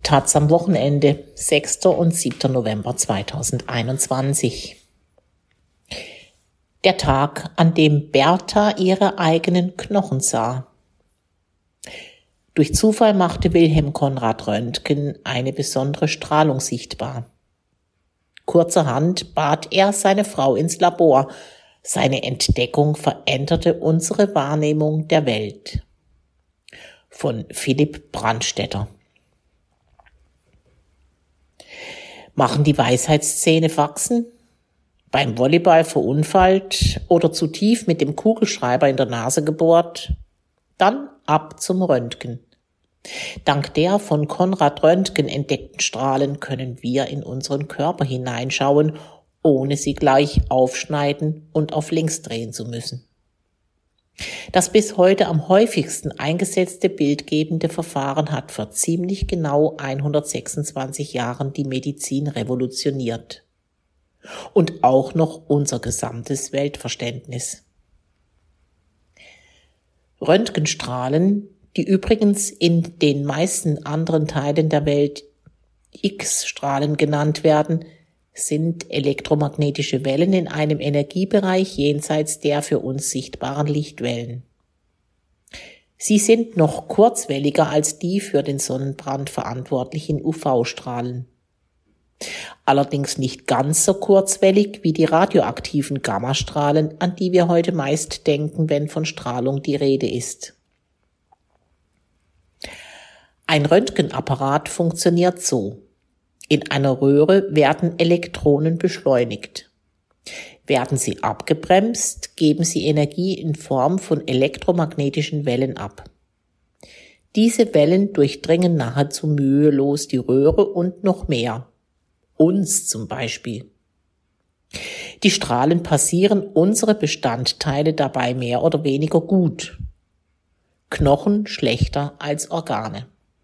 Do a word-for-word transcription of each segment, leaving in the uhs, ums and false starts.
Taz am Wochenende, sechster und siebter November zweitausendeinundzwanzig. Der Tag, an dem Bertha ihre eigenen Knochen sah. Durch Zufall machte Wilhelm Conrad Röntgen eine besondere Strahlung sichtbar. Kurzerhand bat er seine Frau ins Labor. Seine Entdeckung veränderte unsere Wahrnehmung der Welt. Von Philipp Brandstätter. Machen die Weisheitszähne Faxen? Beim Volleyball verunfallt oder zu tief mit dem Kugelschreiber in der Nase gebohrt? Dann ab zum Röntgen. Dank der von Konrad Röntgen entdeckten Strahlen können wir in unseren Körper hineinschauen, ohne sie gleich aufschneiden und auf links drehen zu müssen. Das bis heute am häufigsten eingesetzte bildgebende Verfahren hat vor ziemlich genau hundertsechsundzwanzig Jahren die Medizin revolutioniert. Und auch noch unser gesamtes Weltverständnis. Röntgenstrahlen, die übrigens in den meisten anderen Teilen der Welt X-Strahlen genannt werden, sind elektromagnetische Wellen in einem Energiebereich jenseits der für uns sichtbaren Lichtwellen. Sie sind noch kurzwelliger als die für den Sonnenbrand verantwortlichen U V-Strahlen. Allerdings nicht ganz so kurzwellig wie die radioaktiven Gammastrahlen, an die wir heute meist denken, wenn von Strahlung die Rede ist. Ein Röntgenapparat funktioniert so. In einer Röhre werden Elektronen beschleunigt. Werden sie abgebremst, geben sie Energie in Form von elektromagnetischen Wellen ab. Diese Wellen durchdringen nahezu mühelos die Röhre und noch mehr. Uns zum Beispiel. Die Strahlen passieren unsere Bestandteile dabei mehr oder weniger gut. Knochen schlechter als Organe.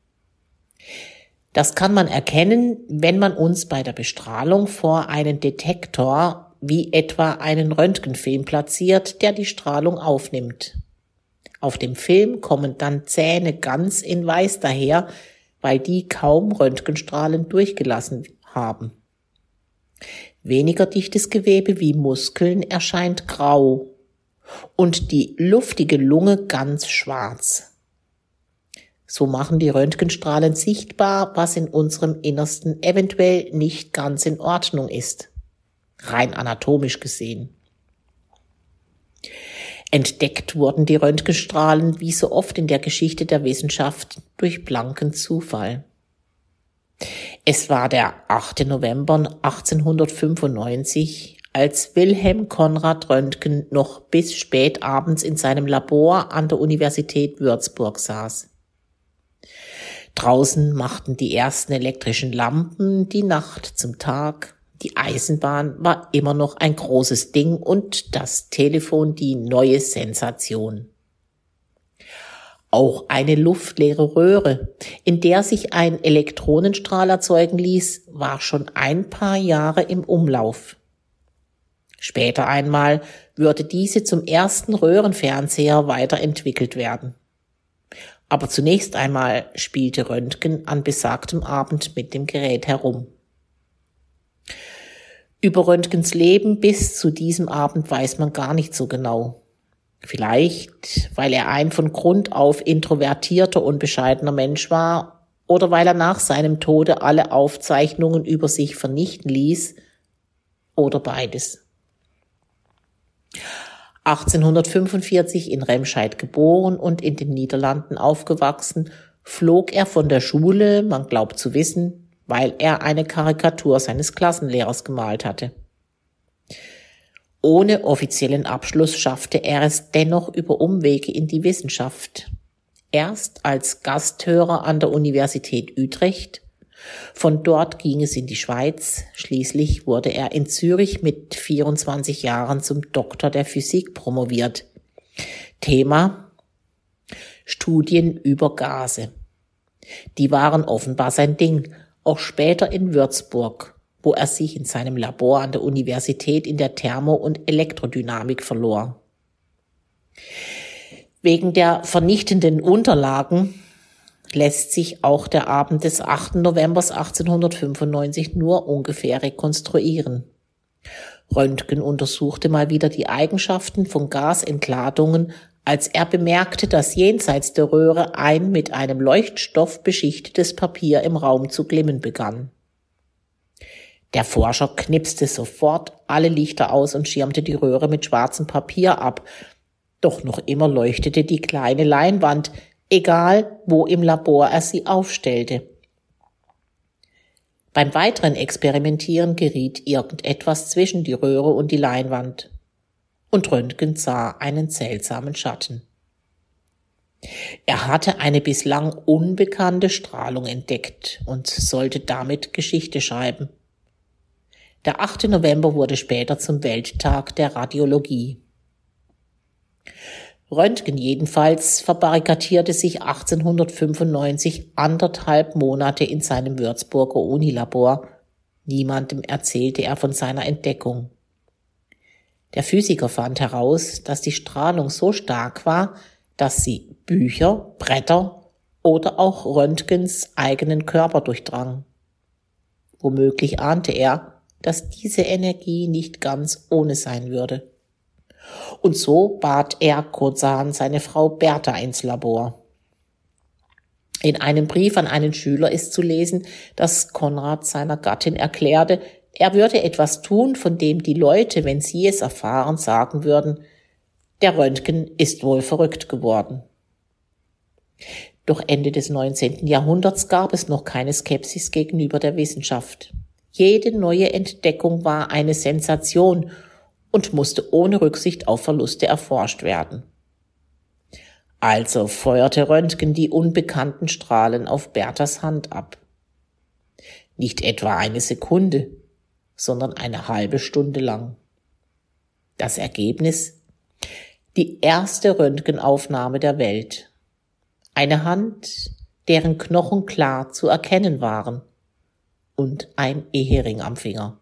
Das kann man erkennen, wenn man uns bei der Bestrahlung vor einen Detektor wie etwa einen Röntgenfilm platziert, der die Strahlung aufnimmt. Auf dem Film kommen dann Zähne ganz in weiß daher, weil die kaum Röntgenstrahlen durchgelassen haben. Weniger dichtes Gewebe wie Muskeln erscheint grau und die luftige Lunge ganz schwarz. So machen die Röntgenstrahlen sichtbar, was in unserem Innersten eventuell nicht ganz in Ordnung ist, rein anatomisch gesehen. Entdeckt wurden die Röntgenstrahlen, wie so oft in der Geschichte der Wissenschaft, durch blanken Zufall. Es war der achter November achtzehnhundertfünfundneunzig, als Wilhelm Conrad Röntgen noch bis spät abends in seinem Labor an der Universität Würzburg saß. Draußen machten die ersten elektrischen Lampen die Nacht zum Tag, die Eisenbahn war immer noch ein großes Ding und das Telefon die neue Sensation. Auch eine luftleere Röhre, in der sich ein Elektronenstrahl erzeugen ließ, war schon ein paar Jahre im Umlauf. Später einmal würde diese zum ersten Röhrenfernseher weiterentwickelt werden. Aber zunächst einmal spielte Röntgen an besagtem Abend mit dem Gerät herum. Über Röntgens Leben bis zu diesem Abend weiß man gar nicht so genau. Vielleicht, weil er ein von Grund auf introvertierter und bescheidener Mensch war oder weil er nach seinem Tode alle Aufzeichnungen über sich vernichten ließ oder beides. achtzehnhundertfünfundvierzig in Remscheid geboren und in den Niederlanden aufgewachsen, flog er von der Schule, man glaubt zu wissen, weil er eine Karikatur seines Klassenlehrers gemalt hatte. Ohne offiziellen Abschluss schaffte er es dennoch über Umwege in die Wissenschaft. Erst als Gasthörer an der Universität Utrecht, von dort ging es in die Schweiz, schließlich wurde er in Zürich mit vierundzwanzig Jahren zum Doktor der Physik promoviert. Thema: Studien über Gase. Die waren offenbar sein Ding, auch später in Würzburg, wo er sich in seinem Labor an der Universität in der Thermo- und Elektrodynamik verlor. Wegen der vernichtenden Unterlagen lässt sich auch der Abend des achten November achtzehnhundertfünfundneunzig nur ungefähr rekonstruieren. Röntgen untersuchte mal wieder die Eigenschaften von Gasentladungen, als er bemerkte, dass jenseits der Röhre ein mit einem Leuchtstoff beschichtetes Papier im Raum zu glimmen begann. Der Forscher knipste sofort alle Lichter aus und schirmte die Röhre mit schwarzem Papier ab. Doch noch immer leuchtete die kleine Leinwand, egal wo im Labor er sie aufstellte. Beim weiteren Experimentieren geriet irgendetwas zwischen die Röhre und die Leinwand, und Röntgen sah einen seltsamen Schatten. Er hatte eine bislang unbekannte Strahlung entdeckt und sollte damit Geschichte schreiben. Der achte November wurde später zum Welttag der Radiologie. Röntgen jedenfalls verbarrikadierte sich achtzehnhundertfünfundneunzig anderthalb Monate in seinem Würzburger Unilabor. Niemandem erzählte er von seiner Entdeckung. Der Physiker fand heraus, dass die Strahlung so stark war, dass sie Bücher, Bretter oder auch Röntgens eigenen Körper durchdrang. Womöglich ahnte er, dass diese Energie nicht ganz ohne sein würde. Und so bat er kurzerhand seine Frau Bertha ins Labor. In einem Brief an einen Schüler ist zu lesen, dass Konrad seiner Gattin erklärte, er würde etwas tun, von dem die Leute, wenn sie es erfahren, sagen würden, der Röntgen ist wohl verrückt geworden. Doch Ende des neunzehnten Jahrhunderts gab es noch keine Skepsis gegenüber der Wissenschaft. Jede neue Entdeckung war eine Sensation und musste ohne Rücksicht auf Verluste erforscht werden. Also feuerte Röntgen die unbekannten Strahlen auf Berthas Hand ab. Nicht etwa eine Sekunde, sondern eine halbe Stunde lang. Das Ergebnis? Die erste Röntgenaufnahme der Welt. Eine Hand, deren Knochen klar zu erkennen waren, und ein Ehering am Finger.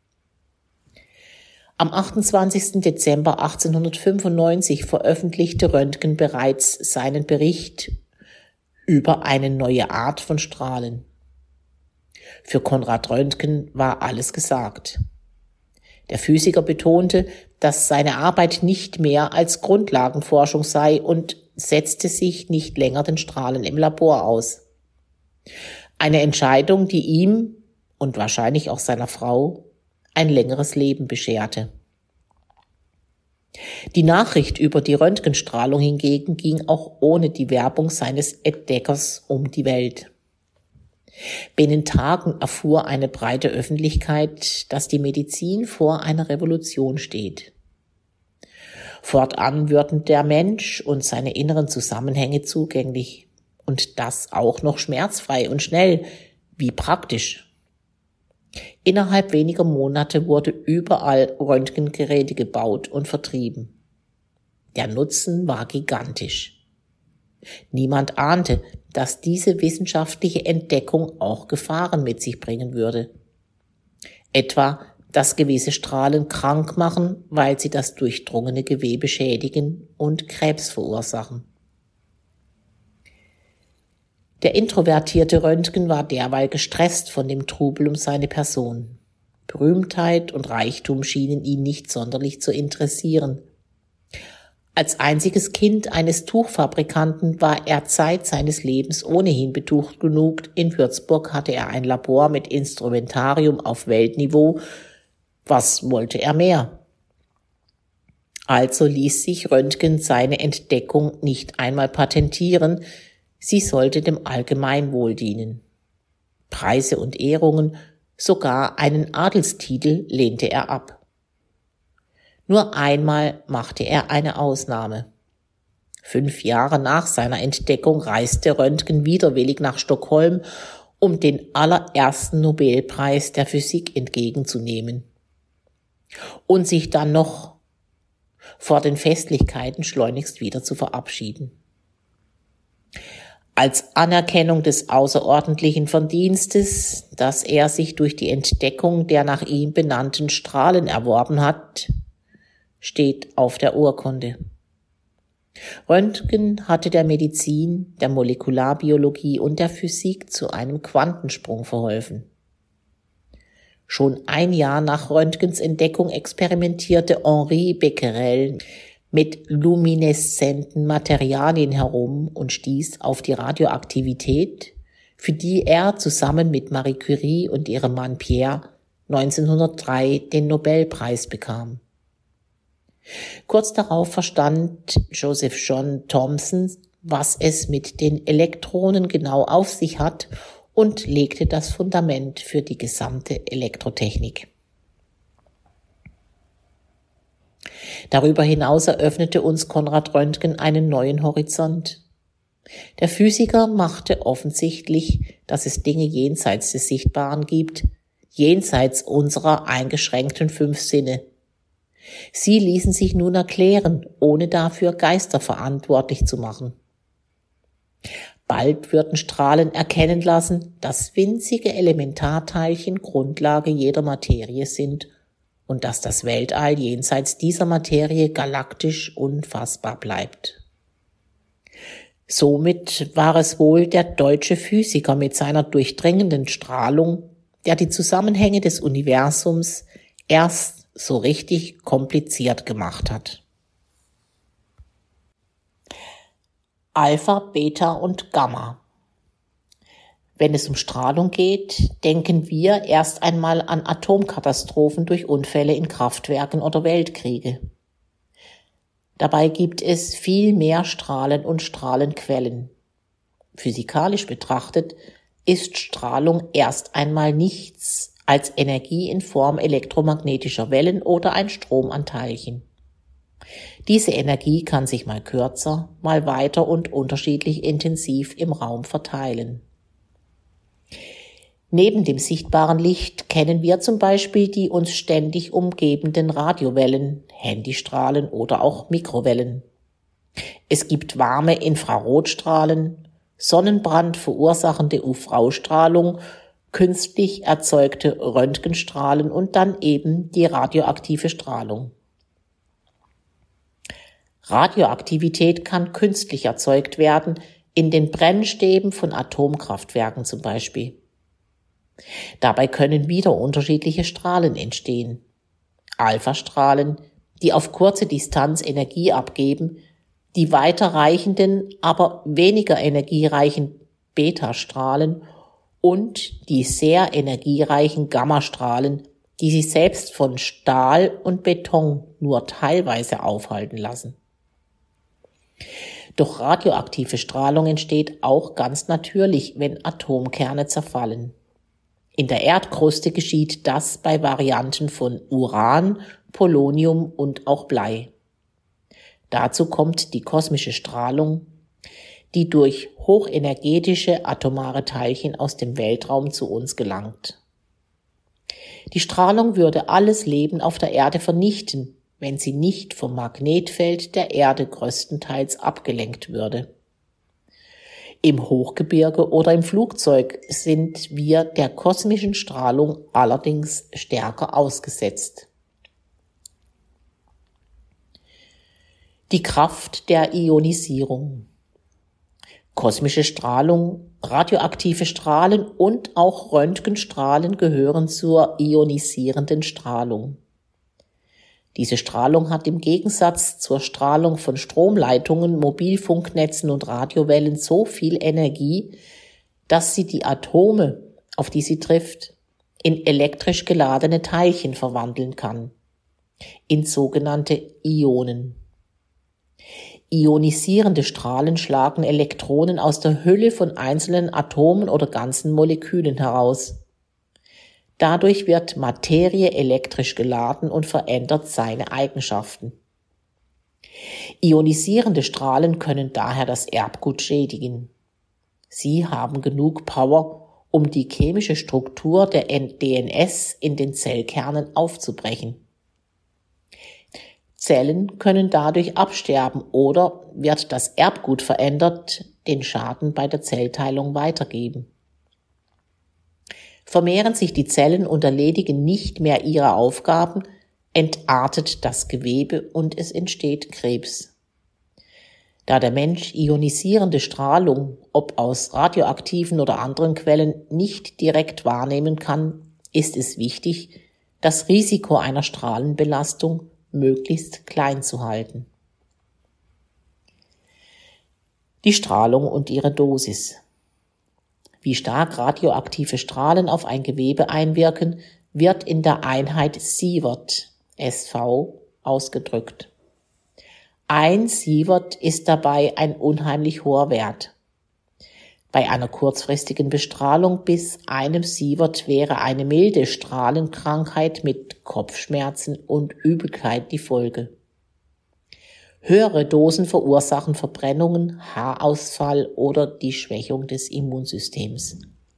Am achtundzwanzigsten Dezember achtzehnhundertfünfundneunzig veröffentlichte Röntgen bereits seinen Bericht über eine neue Art von Strahlen. Für Konrad Röntgen war alles gesagt. Der Physiker betonte, dass seine Arbeit nicht mehr als Grundlagenforschung sei und setzte sich nicht länger den Strahlen im Labor aus. Eine Entscheidung, die ihm und wahrscheinlich auch seiner Frau ein längeres Leben bescherte. Die Nachricht über die Röntgenstrahlung hingegen ging auch ohne die Werbung seines Entdeckers um die Welt. Binnen Tagen erfuhr eine breite Öffentlichkeit, dass die Medizin vor einer Revolution steht. Fortan würden der Mensch und seine inneren Zusammenhänge zugänglich, und das auch noch schmerzfrei und schnell, wie praktisch. Innerhalb weniger Monate wurde überall Röntgengeräte gebaut und vertrieben. Der Nutzen war gigantisch. Niemand ahnte, dass diese wissenschaftliche Entdeckung auch Gefahren mit sich bringen würde. Etwa, dass gewisse Strahlen krank machen, weil sie das durchdrungene Gewebe schädigen und Krebs verursachen. Der introvertierte Röntgen war derweil gestresst von dem Trubel um seine Person. Berühmtheit und Reichtum schienen ihn nicht sonderlich zu interessieren. Als einziges Kind eines Tuchfabrikanten war er Zeit seines Lebens ohnehin betucht genug. In Würzburg hatte er ein Labor mit Instrumentarium auf Weltniveau. Was wollte er mehr? Also ließ sich Röntgen seine Entdeckung nicht einmal patentieren. Sie sollte dem Allgemeinwohl dienen. Preise und Ehrungen, sogar einen Adelstitel lehnte er ab. Nur einmal machte er eine Ausnahme. Fünf Jahre nach seiner Entdeckung reiste Röntgen widerwillig nach Stockholm, um den allerersten Nobelpreis der Physik entgegenzunehmen und sich dann noch vor den Festlichkeiten schleunigst wieder zu verabschieden. Als Anerkennung des außerordentlichen Verdienstes, das er sich durch die Entdeckung der nach ihm benannten Strahlen erworben hat, steht auf der Urkunde. Röntgen hatte der Medizin, der Molekularbiologie und der Physik zu einem Quantensprung verholfen. Schon ein Jahr nach Röntgens Entdeckung experimentierte Henri Becquerel mit lumineszenten Materialien herum und stieß auf die Radioaktivität, für die er zusammen mit Marie Curie und ihrem Mann Pierre neunzehnhundertdrei den Nobelpreis bekam. Kurz darauf verstand Joseph John Thomson, was es mit den Elektronen genau auf sich hat, und legte das Fundament für die gesamte Elektrotechnik. Darüber hinaus eröffnete uns Konrad Röntgen einen neuen Horizont. Der Physiker machte offensichtlich, dass es Dinge jenseits des Sichtbaren gibt, jenseits unserer eingeschränkten fünf Sinne. Sie ließen sich nun erklären, ohne dafür Geister verantwortlich zu machen. Bald würden Strahlen erkennen lassen, dass winzige Elementarteilchen Grundlage jeder Materie sind und dass das Weltall jenseits dieser Materie galaktisch unfassbar bleibt. Somit war es wohl der deutsche Physiker mit seiner durchdringenden Strahlung, der die Zusammenhänge des Universums erst so richtig kompliziert gemacht hat. Alpha, Beta und Gamma. Wenn es um Strahlung geht, denken wir erst einmal an Atomkatastrophen durch Unfälle in Kraftwerken oder Weltkriege. Dabei gibt es viel mehr Strahlen und Strahlenquellen. Physikalisch betrachtet ist Strahlung erst einmal nichts als Energie in Form elektromagnetischer Wellen oder ein Strom an Teilchen. Diese Energie kann sich mal kürzer, mal weiter und unterschiedlich intensiv im Raum verteilen. Neben dem sichtbaren Licht kennen wir zum Beispiel die uns ständig umgebenden Radiowellen, Handystrahlen oder auch Mikrowellen. Es gibt warme Infrarotstrahlen, Sonnenbrand verursachende U V-Strahlung, künstlich erzeugte Röntgenstrahlen und dann eben die radioaktive Strahlung. Radioaktivität kann künstlich erzeugt werden, in den Brennstäben von Atomkraftwerken zum Beispiel. Dabei können wieder unterschiedliche Strahlen entstehen. Alpha-Strahlen, die auf kurze Distanz Energie abgeben, die weiterreichenden, aber weniger energiereichen Beta-Strahlen und die sehr energiereichen Gammastrahlen, die sich selbst von Stahl und Beton nur teilweise aufhalten lassen. Doch radioaktive Strahlung entsteht auch ganz natürlich, wenn Atomkerne zerfallen. In der Erdkruste geschieht das bei Varianten von Uran, Polonium und auch Blei. Dazu kommt die kosmische Strahlung, die durch hochenergetische atomare Teilchen aus dem Weltraum zu uns gelangt. Die Strahlung würde alles Leben auf der Erde vernichten, wenn sie nicht vom Magnetfeld der Erde größtenteils abgelenkt würde. Im Hochgebirge oder im Flugzeug sind wir der kosmischen Strahlung allerdings stärker ausgesetzt. Die Kraft der Ionisierung. Kosmische Strahlung, radioaktive Strahlen und auch Röntgenstrahlen gehören zur ionisierenden Strahlung. Diese Strahlung hat im Gegensatz zur Strahlung von Stromleitungen, Mobilfunknetzen und Radiowellen so viel Energie, dass sie die Atome, auf die sie trifft, in elektrisch geladene Teilchen verwandeln kann, in sogenannte Ionen. Ionisierende Strahlen schlagen Elektronen aus der Hülle von einzelnen Atomen oder ganzen Molekülen heraus. Dadurch wird Materie elektrisch geladen und verändert seine Eigenschaften. Ionisierende Strahlen können daher das Erbgut schädigen. Sie haben genug Power, um die chemische Struktur der D N S in den Zellkernen aufzubrechen. Zellen können dadurch absterben oder wird das Erbgut verändert, den Schaden bei der Zellteilung weitergeben. Vermehren sich die Zellen und erledigen nicht mehr ihre Aufgaben, entartet das Gewebe und es entsteht Krebs. Da der Mensch ionisierende Strahlung, ob aus radioaktiven oder anderen Quellen, nicht direkt wahrnehmen kann, ist es wichtig, das Risiko einer Strahlenbelastung möglichst klein zu halten. Die Strahlung und ihre Dosis. Wie stark radioaktive Strahlen auf ein Gewebe einwirken, wird in der Einheit Sievert S V ausgedrückt. Ein Sievert ist dabei ein unheimlich hoher Wert. Bei einer kurzfristigen Bestrahlung bis einem Sievert wäre eine milde Strahlenkrankheit mit Kopfschmerzen und Übelkeit die Folge. Höhere Dosen verursachen Verbrennungen, Haarausfall oder die Schwächung des Immunsystems.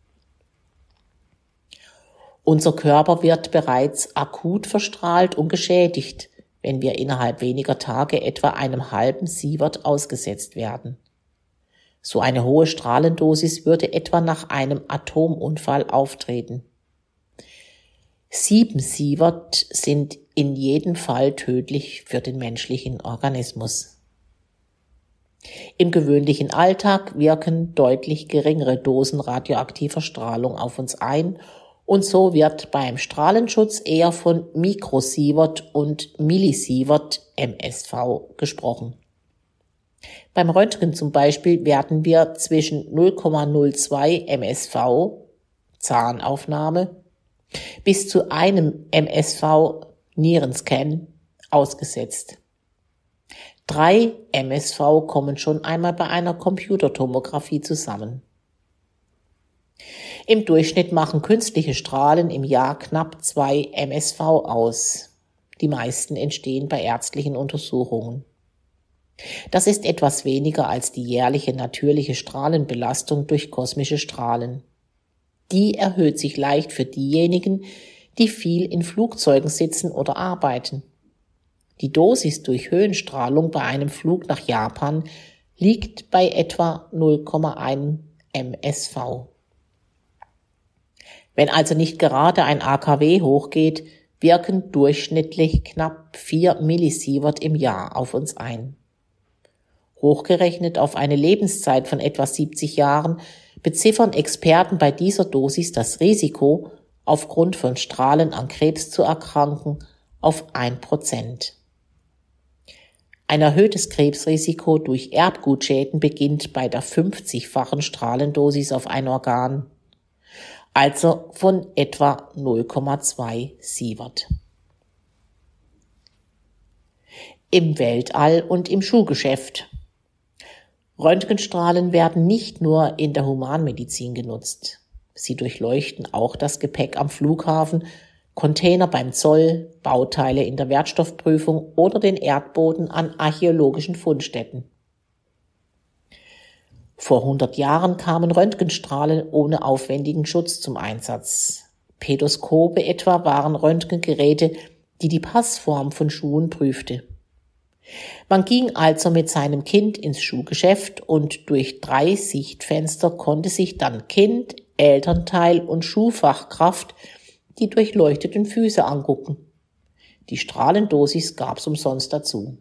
Unser Körper wird bereits akut verstrahlt und geschädigt, wenn wir innerhalb weniger Tage etwa einem halben Sievert ausgesetzt werden. So eine hohe Strahlendosis würde etwa nach einem Atomunfall auftreten. Sieben Sievert sind in jedem Fall tödlich für den menschlichen Organismus. Im gewöhnlichen Alltag wirken deutlich geringere Dosen radioaktiver Strahlung auf uns ein und so wird beim Strahlenschutz eher von Mikrosievert und Millisievert M S V gesprochen. Beim Röntgen zum Beispiel werden wir zwischen null Komma null zwei M S V, Zahnaufnahme, bis zu einem M S V, Nierenscan, ausgesetzt. Drei M S V kommen schon einmal bei einer Computertomographie zusammen. Im Durchschnitt machen künstliche Strahlen im Jahr knapp zwei M S V aus. Die meisten entstehen bei ärztlichen Untersuchungen. Das ist etwas weniger als die jährliche natürliche Strahlenbelastung durch kosmische Strahlen. Die erhöht sich leicht für diejenigen, die viel in Flugzeugen sitzen oder arbeiten. Die Dosis durch Höhenstrahlung bei einem Flug nach Japan liegt bei etwa null Komma eins M S V. Wenn also nicht gerade ein A K W hochgeht, wirken durchschnittlich knapp vier Millisievert im Jahr auf uns ein. Hochgerechnet auf eine Lebenszeit von etwa siebzig Jahren beziffern Experten bei dieser Dosis das Risiko, aufgrund von Strahlen an Krebs zu erkranken, auf ein Prozent. Ein erhöhtes Krebsrisiko durch Erbgutschäden beginnt bei der fünfzigfachen Strahlendosis auf ein Organ, also von etwa null Komma zwei Sievert. Im Weltall und im Schuhgeschäft. Röntgenstrahlen werden nicht nur in der Humanmedizin genutzt. Sie durchleuchten auch das Gepäck am Flughafen, Container beim Zoll, Bauteile in der Wertstoffprüfung oder den Erdboden an archäologischen Fundstätten. Vor hundert Jahren kamen Röntgenstrahlen ohne aufwendigen Schutz zum Einsatz. Pädoskope etwa waren Röntgengeräte, die die Passform von Schuhen prüfte. Man ging also mit seinem Kind ins Schuhgeschäft und durch drei Sichtfenster konnte sich dann Kind, Elternteil und Schuhfachkraft die durchleuchteten Füße angucken. Die Strahlendosis gab's umsonst dazu.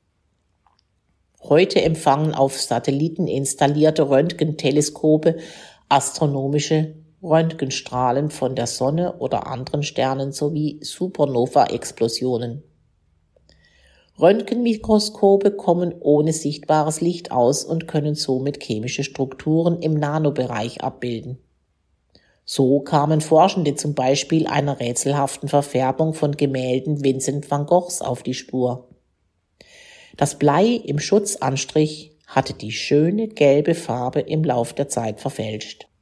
Heute empfangen auf Satelliten installierte Röntgenteleskope astronomische Röntgenstrahlen von der Sonne oder anderen Sternen sowie Supernova-Explosionen. Röntgenmikroskope kommen ohne sichtbares Licht aus und können somit chemische Strukturen im Nanobereich abbilden. So kamen Forschende zum Beispiel einer rätselhaften Verfärbung von Gemälden Vincent van Goghs auf die Spur. Das Blei im Schutzanstrich hatte die schöne gelbe Farbe im Lauf der Zeit verfälscht.